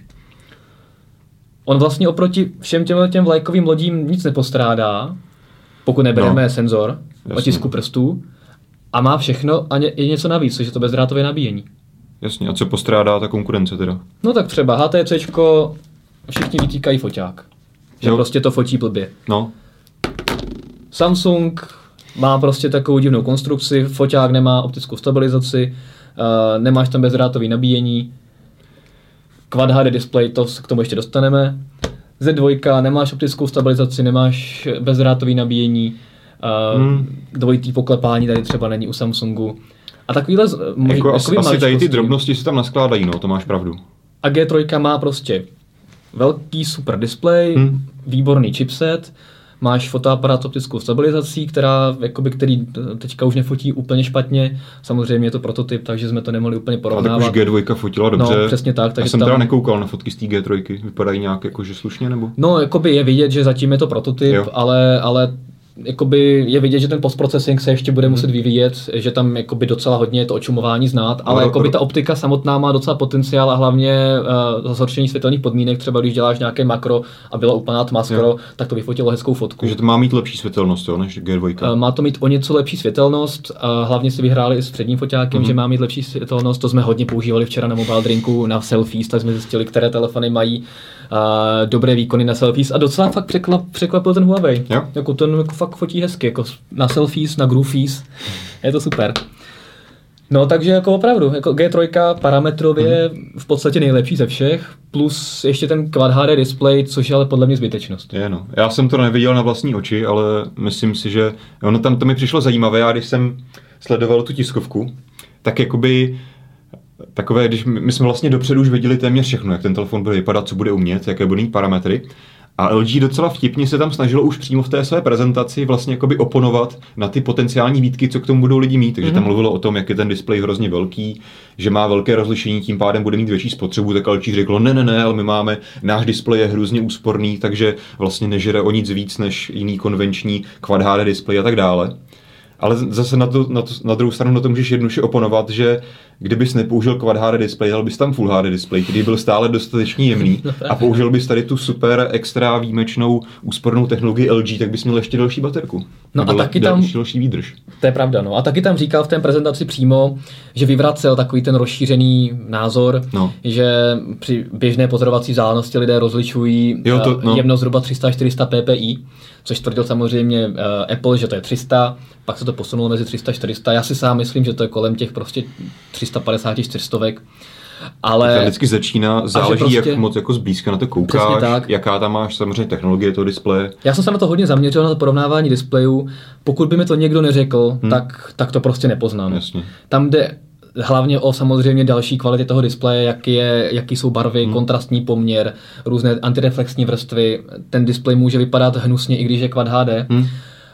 B: On vlastně oproti všem těm, těm vlajkovým lodím nic nepostrádá, pokud nebereme no. senzor otisku prstů, a má všechno a je něco navíc, což je to bezdrátové nabíjení.
A: Jasně, a co postrádá ta konkurence teda?
B: No tak třeba HTCčko, všichni vytýkají foťák. Že jo. Prostě to fotí blbě.
A: No.
B: Samsung má prostě takovou divnou konstrukci, foťák nemá optickou stabilizaci, uh, nemáš tam bezdrátový nabíjení, Quad H D display, to k tomu ještě dostaneme. Z dva, nemáš optickou stabilizaci, nemáš bezdrátový nabíjení, uh, hmm. dvojitý poklepání tady třeba není u Samsungu. A takovýhle
A: můj, jako asi, asi tady ty drobnosti se tam naskládají, no, to máš pravdu.
B: A G tři má prostě velký super display, hmm. výborný chipset, máš fotoaparát s optickou stabilizací, která, jakoby, který teďka už nefotí úplně špatně. Samozřejmě je to prototyp, takže jsme to nemohli úplně porovnávat.
A: A tak už G dva fotila dobře.
B: No, přesně tak.
A: Já jsem tam... teda nekoukal na fotky z té G tři. Vypadají nějak jakože slušně, nebo?
B: No, jakoby je vidět, že zatím je to prototyp, ale, ale jakoby je vidět, že ten postprocessing se ještě bude hmm. muset vyvíjet, že tam jakoby docela hodně je to očumování znát, ale no, jakoby ta optika samotná má docela potenciál a hlavně uh, zhoršení světelných podmínek, třeba když děláš nějaké makro a byla úplná tma skoro, tak to vyfotilo hezkou fotku.
A: Takže to má mít lepší světelnost, jo, než G dva.
B: Uh, má to mít o něco lepší světelnost, uh, hlavně si vyhráli i s předním foťákem, hmm. že má mít lepší světelnost, to jsme hodně používali včera na Mobile Drinku, na selfies, tak jsme zjistili, které telefony mají Uh, dobré výkony na selfies a docela fakt překlap, překvapil ten Huawei.
A: Jo?
B: Jako ten jako fakt fotí hezky, jako na selfies, na groofies. Je to super. No takže jako opravdu, jako G tři parametrově hmm. v podstatě nejlepší ze všech, plus ještě ten Quad H D display, což je ale podle mě zbytečnost.
A: Je, no. Já jsem to neviděl na vlastní oči, ale myslím si, že ono tam to mi přišlo zajímavé, já když jsem sledoval tu tiskovku, tak jakoby takové, když my jsme vlastně dopředu už věděli téměř všechno, jak ten telefon bude vypadat, co bude umět, jaké budou mít parametry. A L G docela vtipně se tam snažilo už přímo v té své prezentaci vlastně jakoby oponovat na ty potenciální výtky, co k tomu budou lidi mít. Takže mm-hmm. tam mluvilo o tom, jak je ten displej hrozně velký, že má velké rozlišení, tím pádem bude mít větší spotřebu, tak L G řeklo, ne, ne, ne, ale my máme, náš displej je hrozně úsporný, takže vlastně nežere o nic víc než jiný konvenční Quad H D displej a tak dále. Ale zase na, to, na, to, na druhou stranu na to můžeš jednoduše oponovat, že kdybys nepoužil Quad H D display, dal bys tam Full H D display, který byl stále dostatečně jemný a použil bys tady tu super extra výjimečnou úspornou technologii L G, tak bys měl ještě další baterku.
B: No a taky tam
A: další výdrž.
B: To je pravda, no. A taky tam říkal v té prezentaci přímo, že vyvracel takový ten rozšířený názor, no. že při běžné pozorovací vzdálenosti lidé rozlišují jo, to, no. jemnost zhruba tři sta až čtyři sta ppi, což tvrdil samozřejmě uh, Apple, že to je tři sta, pak se to posunulo mezi tři sta a čtyři sta. Já si sám myslím, že to je kolem těch prostě tři sta padesát čtyři stovek. Ale
A: to vždycky začíná, záleží prostě, jak moc jako zblízka na to koukáš, jaká tam máš samozřejmě technologie toho displeje.
B: Já jsem se na to hodně zaměřil, na to porovnávání displejů. Pokud by mi to někdo neřekl, hmm. tak, tak to prostě nepoznám.
A: Jasně.
B: Tam jde hlavně o samozřejmě další kvality toho displeje, jak je, jaký jsou barvy, hmm. kontrastní poměr, různé antireflexní vrstvy. Ten displej může vypadat hnusně, i když je Quad H D. Hmm.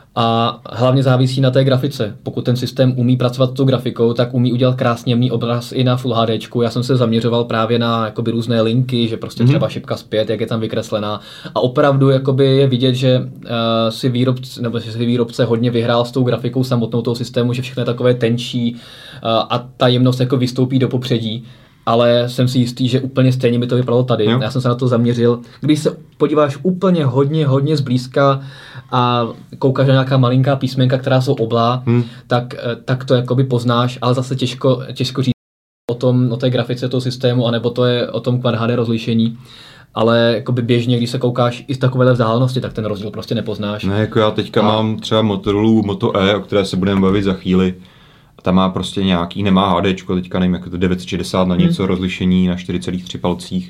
B: A hlavně závisí na té grafice. Pokud ten systém umí pracovat s tou grafikou, tak umí udělat krásně jemný obraz i na Full HDčku. Já jsem se zaměřoval právě na jakoby různé linky, že prostě třeba šipka zpět, jak je tam vykreslená. A opravdu jakoby je vidět, že uh, si výrobce, nebo si výrobce hodně vyhrál s tou grafikou samotnou toho systému, že všechno je takové tenčí uh, a ta jemnost jako vystoupí do popředí. ale jsem si jistý, že úplně stejně by to vypadalo tady. Jo. Já jsem se na to zaměřil. Když se podíváš úplně hodně, hodně zblízka a koukáš na nějaká malinká písmenka, která jsou oblá, hmm. tak, tak to jakoby poznáš, ale zase těžko, těžko říct o tom, o té grafice toho systému, anebo to je o tom Quad H D rozlišení. Ale jakoby běžně, když se koukáš i z takovéhle vzdálenosti, tak ten rozdíl prostě nepoznáš.
A: Ne, jako já teďka a... mám třeba Motorola Moto E, o které se budeme bavit za chvíli. A ta má prostě nějaký, nemá HDčko, teďka nevím, jako to devět set šedesát na něco, hmm. rozlišení na čtyři celá tři palcích.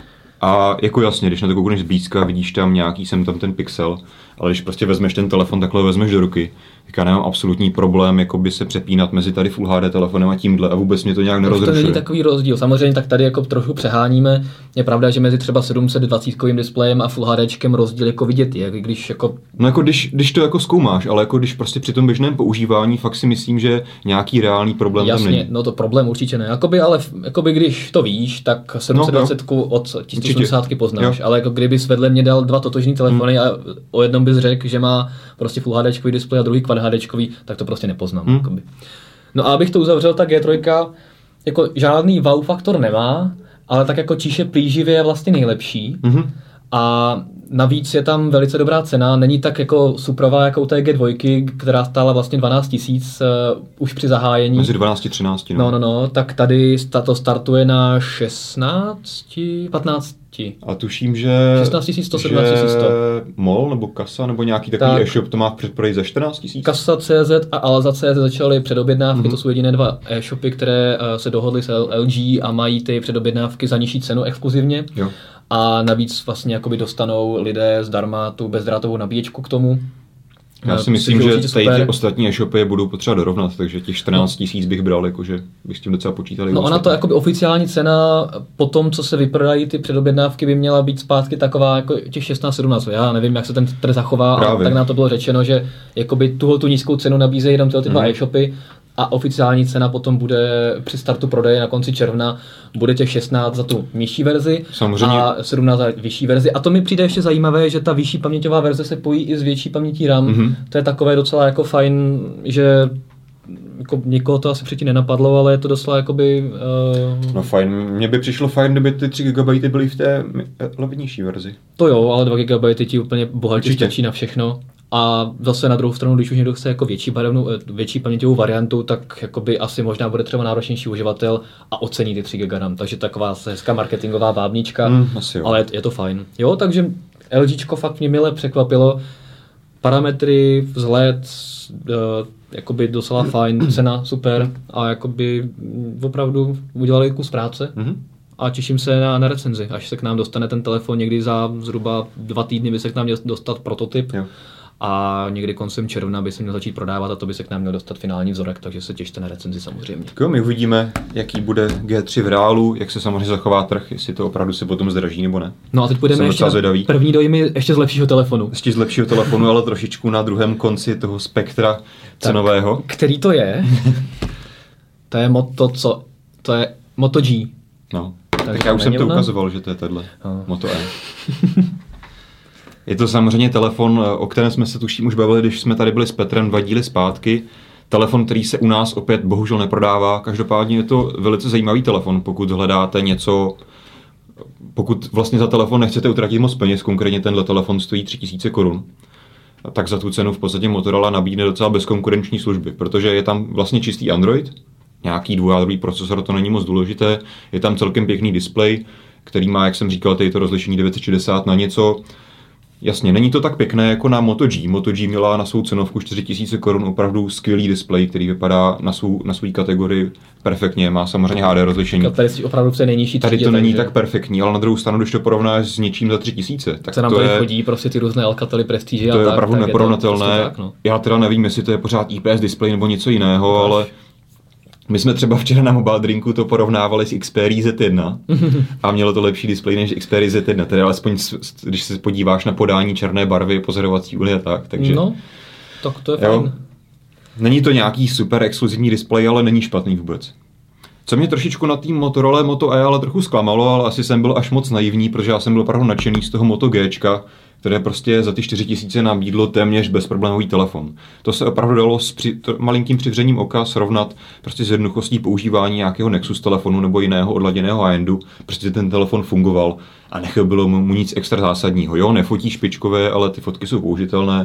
A: A jako jasně, když na to koukneš zblízka, vidíš tam nějaký, sem tam ten pixel, ale když prostě vezmeš ten telefon, takhle vezmeš do ruky, tak já nemám absolutní problém jakoby se přepínat mezi tady Full H D telefonem a tímhle a vůbec mě to nějak nerozrušuje.
B: To není takový rozdíl. Samozřejmě tak tady jako trochu přeháníme. Je pravda, že mezi třeba sedm set dvacet displejem a Full HDčkem rozdíl jako vidět je, když jako
A: No jako když, když to jako zkoumáš, ale jako když prostě při tom běžném používání fakt si myslím, že nějaký reálný problém
B: Jasně,
A: tam není.
B: no to problém určitě ne. Jakoby, ale jakoby když to víš, tak sedm set dvacet no, od tisíc osmdesát poznáš, jo. Ale jako kdybys vedle mě dal dva totožný telefony hmm. a o jednom bys řekl, že má prostě Full HDčkový displej a druhý Quad HDčkový, tak to prostě nepoznám. Hmm. Jakoby. No a abych to uzavřel, tak G tři jako žádný wow faktor nemá, ale tak jako číše plíživě je vlastně nejlepší. Hmm. A navíc je tam velice dobrá cena, není tak jako suprová jako u té G dva, která stála vlastně dvanáct tisíc uh, už při zahájení.
A: Mezi dvanáct a třináct. No.
B: no, no, no, tak tady to startuje na šestnáct, patnáct.
A: A tuším, že
B: šestnáct tisíc sto, sedmnáct tisíc sto.
A: Mol nebo Kasa nebo nějaký takový tak, e-shop to má v předprodej za čtrnáct tisíc.
B: Kasa tečka cé zet a Alza tečka cé zet začaly předobjednávky, mm-hmm. to jsou jediné dva e-shopy, které uh, se dohodly s L G a mají ty předobjednávky za nižší cenu exkluzivně. Jo. A navíc vlastně jakoby dostanou lidé zdarma tu bezdrátovou nabíječku k tomu.
A: Já si myslím, že tady ty ostatní e-shopy budou potřeba dorovnat, takže těch čtrnáct tisíc bych bral, jakože bych s tím docela počítali.
B: No ona to jakoby oficiální cena po tom, co se vyprodají ty předobjednávky, by měla být zpátky taková jako těch šestnáct sedmnáct. Já nevím, jak se ten trh zachová, ale tak nám to bylo řečeno, že jakoby tuhle tu nízkou cenu nabízejí jenom tyhle ty dva mm. e-shopy a oficiální cena potom bude při startu prodeje na konci června bude těch šestnáct za tu nižší verzi samozřejmě. A sedmnáct za vyšší verzi. A to mi přijde ještě zajímavé, že ta vyšší paměťová verze se pojí i s větší pamětí RAM. Mm-hmm. To je takové docela jako fajn, že jako nikoho to asi předtím nenapadlo, ale je to docela jakoby... Uh...
A: No fajn, mně by přišlo fajn, kdyby ty tři gigabajty byly v té levnější verzi.
B: To jo, ale dva gigabajty ti úplně bohatě stačí na všechno. A zase na druhou stranu, když už někdo chce jako větší barevnou, větší paměťovou variantu, tak jakoby asi možná bude třeba náročnější uživatel a ocení ty tři giga RAM. Takže taková hezká marketingová vábnička, mm, ale je, je to fajn. Jo, takže LGčko fakt mě mile překvapilo. Parametry, vzhled, uh, jakoby docela fajn, cena super a jakoby opravdu udělali kus práce. Mm-hmm. A těším se na, na recenzi, až se k nám dostane ten telefon někdy za zhruba dva týdny by se k nám měl dostat prototyp. Jo. A někdy koncem června by se měl začít prodávat a to by se k nám měl dostat finální vzorek, takže se těšte na recenzi samozřejmě.
A: Tak jo, my uvidíme, jaký bude G tři v reálu, jak se samozřejmě zachová trh, jestli to opravdu se potom zdraží nebo ne.
B: No a teď půjdeme ještě na první dojmy ještě z lepšího telefonu.
A: Ještě z lepšího telefonu, ale trošičku na druhém konci toho spektra cenového.
B: Tak, který to je? To je Moto, co? To je Moto G.
A: No, tak, tak já už jsem to ukazoval, že to je tohle. No. Moto E. Je to samozřejmě telefon, o kterém jsme se tuším už bavili, když jsme tady byli s Petrem dva díly zpátky. Telefon, který se u nás opět bohužel neprodává. Každopádně je to velice zajímavý telefon, pokud hledáte něco, pokud vlastně za telefon nechcete utratit moc peněz, konkrétně tenhle telefon stojí tři tisíce korun, tak za tu cenu v podstatě Motorola nabídne docela bezkonkurenční služby, protože je tam vlastně čistý Android, nějaký dvoujádrový procesor, to není moc důležité, je tam celkem pěkný displej, který má, jak jsem říkal, tady to rozlišení devět set šedesát na něco. Jasně, není to tak pěkné jako na Moto G. Moto G měla na svou cenovku čtyři tisíce korun opravdu skvělý displej, který vypadá na svou, na svou kategorii perfektně, má samozřejmě H D rozlišení.
B: Tady si opravdu při nejnižší
A: Tady to není tak perfektní, ale na druhou stranu, když to porovnáš s něčím za tři tisíce, tak
B: se nám
A: to
B: tady
A: je,
B: chodí prostě ty různé Alcately, Prestige a
A: to je
B: tak,
A: opravdu
B: tak
A: neporovnatelné.
B: Je to prostě tak, no.
A: Já teda nevím, jestli to je pořád I P S displej nebo něco jiného, Až. ale my jsme třeba včera na Mobile Drinku to porovnávali s Xperia Z jedna a mělo to lepší displej než Xperia Z jedna, tedy alespoň když se podíváš na podání černé barvy, pozorovací úhly a tak, takže...
B: No, tak to je fajn. Jo.
A: Není to nějaký super exkluzivní displej, ale není špatný vůbec. Co mě trošičku na tým Motorola Moto E ale trochu zklamalo, ale asi jsem byl až moc naivní, protože já jsem byl opravdu nadšený z toho Moto Gčka, které prostě za ty čtyři tisíce nabídlo téměř bezproblémový telefon. To se opravdu dalo s při, to, malinkým přivřením oka srovnat prostě s jednoduchostí používání nějakého Nexus telefonu nebo jiného odladěného high-endu. Prostě ten telefon fungoval a nechybilo mu, mu nic extra zásadního. Jo, nefotí špičkové, ale ty fotky jsou použitelné.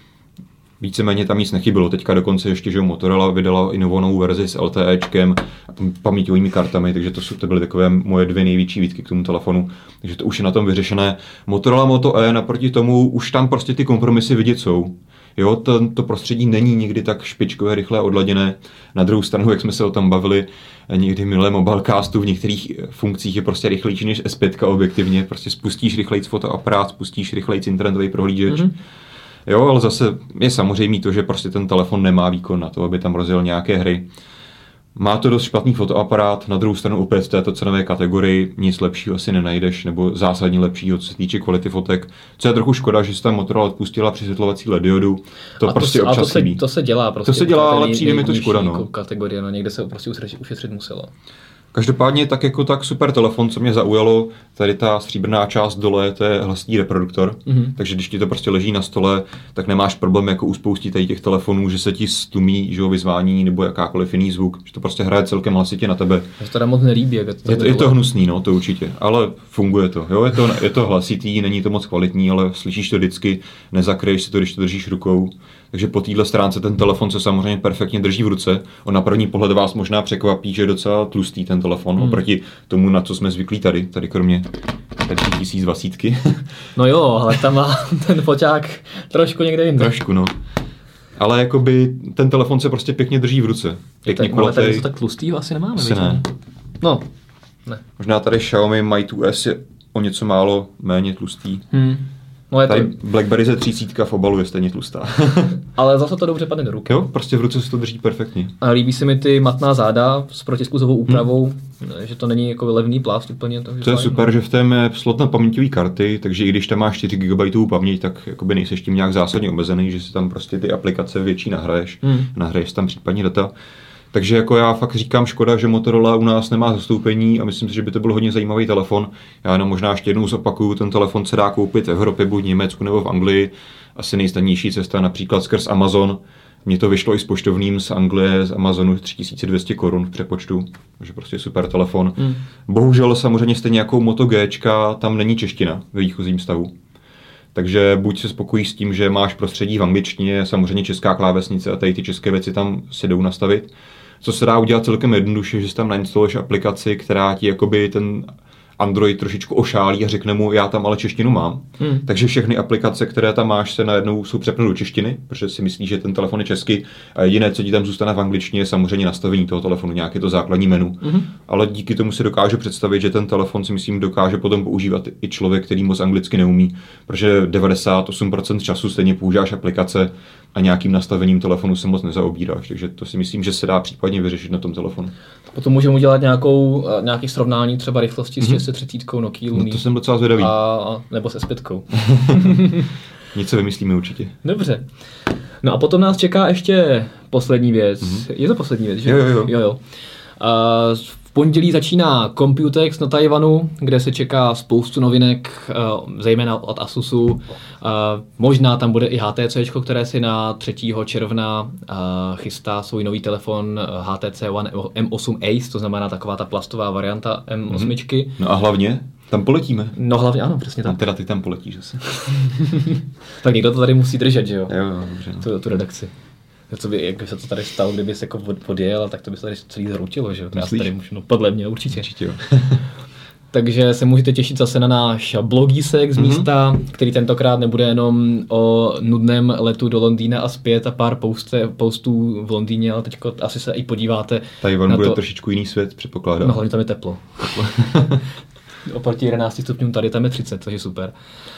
A: Víceméně tam nic nechybilo. Teďka dokonce ještě, že Motorola vydala i novou, novou verzi s LTEčkem a paměťovými kartami, takže to, jsou, to byly takové moje dvě největší výtky k tomu telefonu. Takže to už je na tom vyřešené. Motorola Moto E naproti tomu už tam prostě ty kompromisy vidět jsou. Jo, to, to prostředí není nikdy tak špičkové, rychle odladěné. Na druhou stranu, jak jsme se o tom bavili, někdy milé mobilecastu v některých funkcích je prostě rychlejší než S pět objektivně. Prostě spustíš rychlejc fotoaparát, spustíš rychlejc internetový prohlížeč. Mm-hmm. Jo, ale zase je samozřejmě to, že prostě ten telefon nemá výkon na to, aby tam rozjel nějaké hry. Má to dost špatný fotoaparát, na druhou stranu opět v této cenové kategorii nic lepšího asi nenajdeš, nebo zásadně lepšího, co se týče kvality fotek. Co je trochu škoda, že se tam Motorola odpustila přisvětlovací L E D diodu. To
B: a
A: prostě
B: to,
A: občas
B: to se,
A: chybí.
B: To se dělá prostě.
A: To se dělá, ale
B: nej,
A: přijde mi to škoda, no.
B: Kategorie, no, někde se prostě ušetřit muselo.
A: Každopádně tak jako tak super telefon, co mě zaujalo, tady ta stříbrná část dole, to je hlasný reproduktor, mm-hmm. takže když ti to prostě leží na stole, tak nemáš problém jako u spousty tady těch telefonů, že se ti stlumí, že ho vyzvání nebo jakákoliv jiný zvuk, že to prostě hraje celkem hlasitě na tebe.
B: To teda moc nelíbí, jak
A: to je, to, je to hnusný, no, to určitě, ale funguje to, jo, je to, je to hlasitý, není to moc kvalitní, ale slyšíš to vždycky, nezakryješ si to, když to držíš rukou. Takže po téhle stránce ten telefon se samozřejmě perfektně drží v ruce. On na první pohled vás možná překvapí, že je docela tlustý ten telefon hmm. oproti tomu, na co jsme zvyklí tady, tady kromě tady tisíc dvacet.
B: No jo, ale tam má ten foťák trošku někde jinde.
A: Trošku, no. Ale jakoby ten telefon se prostě pěkně drží v ruce. Pěkně
B: tak, ale tady to tak tlustýho asi nemáme.
A: Asi ne.
B: No, ne.
A: Možná tady Xiaomi Mi two S je o něco málo méně tlustý. Hmm.
B: No je
A: tady
B: to...
A: BlackBerry ze třicet v obalu je stejně tlustá.
B: Ale zase to dobře padne do ruky.
A: Jo, prostě v ruce se to drží perfektně.
B: A líbí se mi ty matná záda s protiskluzovou úpravou, hmm. že to není jako levný plást úplně.
A: To je fajn. Super, že v tom je slot na paměťové karty, takže i když tam máš čtyři gigabajtů paměť, tak jakoby nejseš tím nějak zásadně omezený, že si tam prostě ty aplikace větší nahraješ, hmm. nahraješ tam případně data. Takže jako já fakt říkám, škoda, že Motorola u nás nemá zastoupení a myslím si, že by to byl hodně zajímavý telefon. Já jenom možná ještě jednou zopakuju, ten telefon se dá koupit v Evropě, buď v Německu nebo v Anglii. Asi nejsnadnější cesta například skrz Amazon. Mně to vyšlo i s poštovním z Anglie, z Amazonu tři tisíce dvě stě korun v přepočtu, takže prostě super telefon. Hmm. Bohužel samozřejmě stejně jako Moto Gčka, tam není čeština ve výchozím stavu. Takže buď se spokojíš s tím, že máš prostředí v angličtině, samozřejmě česká klávesnice a tady ty české věci tam se jdou nastavit. Co se dá udělat celkem jednoduše, že si tam nainstaluješ aplikaci, která ti jakoby ten Android trošičku ošálí a řekne mu, já tam ale češtinu mám. Hmm. Takže všechny aplikace, které tam máš, se najednou jsou přepnuty do češtiny, protože si myslíš, že ten telefon je český. A jediné, co ti tam zůstane v angličtině, je samozřejmě nastavení toho telefonu, nějaké to základní menu. Hmm. Ale díky tomu si dokážu představit, že ten telefon si myslím dokáže potom používat i člověk, který moc anglicky neumí, protože devadesát osm procent času stejně používáš aplikace a nějakým nastavením telefonu se moc nezaobíráš. Takže to si myslím, že se dá případně vyřešit na tom telefonu.
B: Potom můžeme udělat nějakou, nějaký srovnání třeba rychlosti mm-hmm. s šest set třicet Nokia Lumia.
A: No to jsem docela zvědavý.
B: A, nebo se S pět.
A: Nic se vymyslíme určitě.
B: Dobře. No a potom nás čeká ještě poslední věc. Mm-hmm. Je to poslední věc, že?
A: Jo, jo, jo.
B: jo, jo. A v pondělí začíná Computex na Tajvanu, kde se čeká spoustu novinek, zejména od Asusu. Možná tam bude i H T C, které si na třetího června chystá svůj nový telefon H T C One M osm Ace, to znamená taková ta plastová varianta M osm. Mm-hmm.
A: No a hlavně tam poletíme.
B: No hlavně ano, přesně tak.
A: Teda ty tam poletíš asi.
B: Tak někdo to tady musí držet, že jo?
A: Jo, jo, dobře. No.
B: Tu, tu redakci. Co by, jak by se to tady stalo, kdyby se jako podjel, tak to by se tady celý zhroutilo, že jo? Já tady můžu, no podle mě určitě.
A: Určitě jo.
B: Takže se můžete těšit zase na náš blogísek z místa, mm-hmm. který tentokrát nebude jenom o nudném letu do Londýna a zpět a pár poste, postů v Londýně, ale teďko asi se i podíváte.
A: Tajvan bude to... trošičku jiný svět, předpokládám.
B: No hlavně tam je teplo. teplo. Oproti jedenácti stupňům tady tam je třicet, takže super.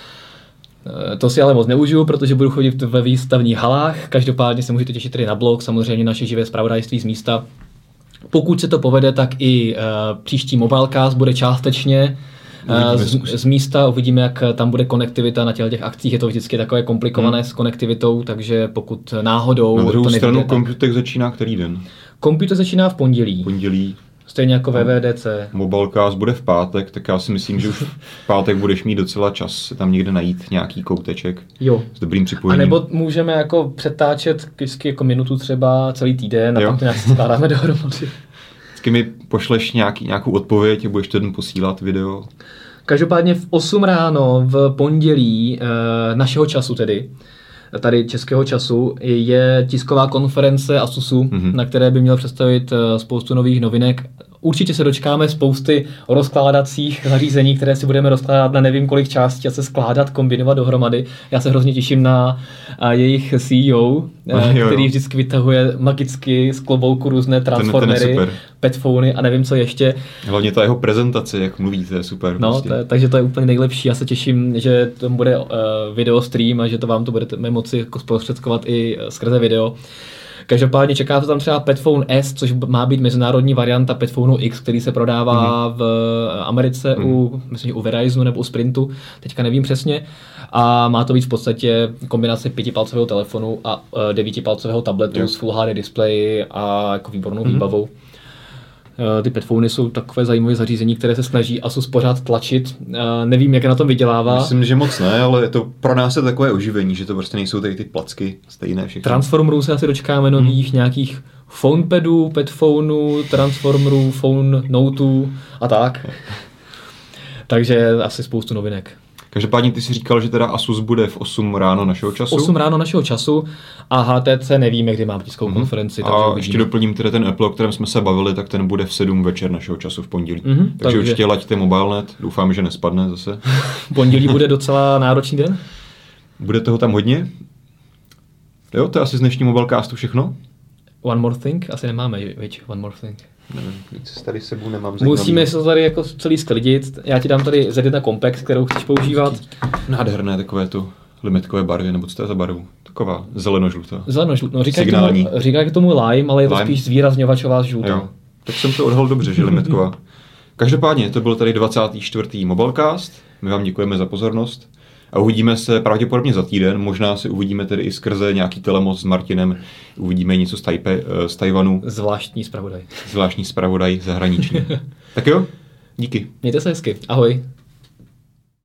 B: To si ale moc neužiju, protože budu chodit ve výstavních halách. Každopádně se můžete těšit tedy na blog, samozřejmě naše živé zpravodajství z místa. Pokud se to povede, tak i uh, příští Mobilecast bude částečně uh, z, z místa. Uvidíme, jak tam bude konektivita na těch akcích. Je to vždycky takové komplikované hmm. s konektivitou, takže pokud náhodou...
A: Na druhou
B: to
A: stranu Computex začíná který den?
B: Computex začíná v pondělí.
A: Pondělí.
B: Stejně jako V V D C.
A: Mobilecast bude v pátek, tak já si myslím, že už v pátek budeš mít docela čas tam někde najít nějaký kouteček
B: jo.
A: s dobrým připojením.
B: A nebo můžeme jako přetáčet vždycky jako minutu třeba celý týden a jo. Tam to nějak skládáme dohromady.
A: Vždycky mi pošleš nějaký, nějakou odpověď a budeš ten posílat video.
B: Každopádně v osm ráno v pondělí e, našeho času tedy, tady českého času, je tisková konference Asusu, mm-hmm. na které by měl představit spoustu nových novinek. Určitě se dočkáme spousty rozkládacích zařízení, které si budeme rozkládat na nevím kolik částí a se skládat, kombinovat dohromady. Já se hrozně těším na jejich C E O, no, který vždycky vytahuje magicky z klobouku různé transformery, petfony a nevím co ještě. Hlavně
A: ta jeho prezentace, jak mluví, to je super.
B: No,
A: prostě.
B: to, takže to je úplně nejlepší. Já se těším, že to bude uh, video stream a že to vám to budete moci jako zprostředkovat i skrze video. Každopádně čeká se tam třeba Petphone S, což má být mezinárodní varianta Petphoneu X, který se prodává mm. v Americe mm. u, myslím, u Verizonu nebo u Sprintu, teďka nevím přesně. A má to být v podstatě kombinace pětipalcového telefonu a devítipalcového tabletu jo. s Full H D displeji a jako výbornou mm. výbavou. Ty Petphony jsou takové zajímavé zařízení, které se snaží Asus pořád tlačit. Nevím, jak je na tom vydělává.
A: Myslím, že moc ne, ale to pro nás je takové oživení, že to prostě nejsou tady ty placky stejné všechny.
B: Transformerů se asi dočkáme nových, hmm. nějakých phonepadů, petphonů, transformerů, phone notů a tak. Takže asi spoustu novinek.
A: Každopádně ty si říkal, že teda Asus bude v osm ráno našeho času.
B: osm ráno našeho času a H T C nevíme, kdy má tiskovou mm-hmm. konferenci.
A: A ještě doplním teda ten Apple, o kterém jsme se bavili, tak ten bude v sedm večer našeho času v pondělí. Mm-hmm, takže, takže určitě laďte MobileNet, doufám, že nespadne zase.
B: Pondělí bude docela náročný den?
A: Bude toho tam hodně. Jo, to je asi z dnešní Mobilecastu všechno.
B: One more thing? Asi nemáme, viď? One more thing.
A: Nevím, nic tady sebou nemám.
B: Musíme se tady jako celý sklidit. Já ti dám tady Z jedna Compact, kterou chceš používat.
A: Nádherné takové tu limetkové barvy, nebo co to je za barvu? Taková zeleno-žlutá.
B: Zeleno-žlutá. No, říká, k tomu, říká k tomu lime, ale je to lime. Spíš zvýrazňovačová žlutá. Jo.
A: Tak jsem to odhalil dobře, že limetková. Každopádně, to byl tady dvacátý čtvrtý Mobilecast. My vám děkujeme za pozornost. A uvidíme se pravděpodobně za týden, možná se uvidíme tedy i skrze nějaký telemoc s Martinem, uvidíme něco z, Tajpe, z Tajvanu.
B: Zvláštní zpravodaj.
A: Zvláštní zpravodaj zahraniční. Tak jo, díky.
B: Mějte se hezky, ahoj.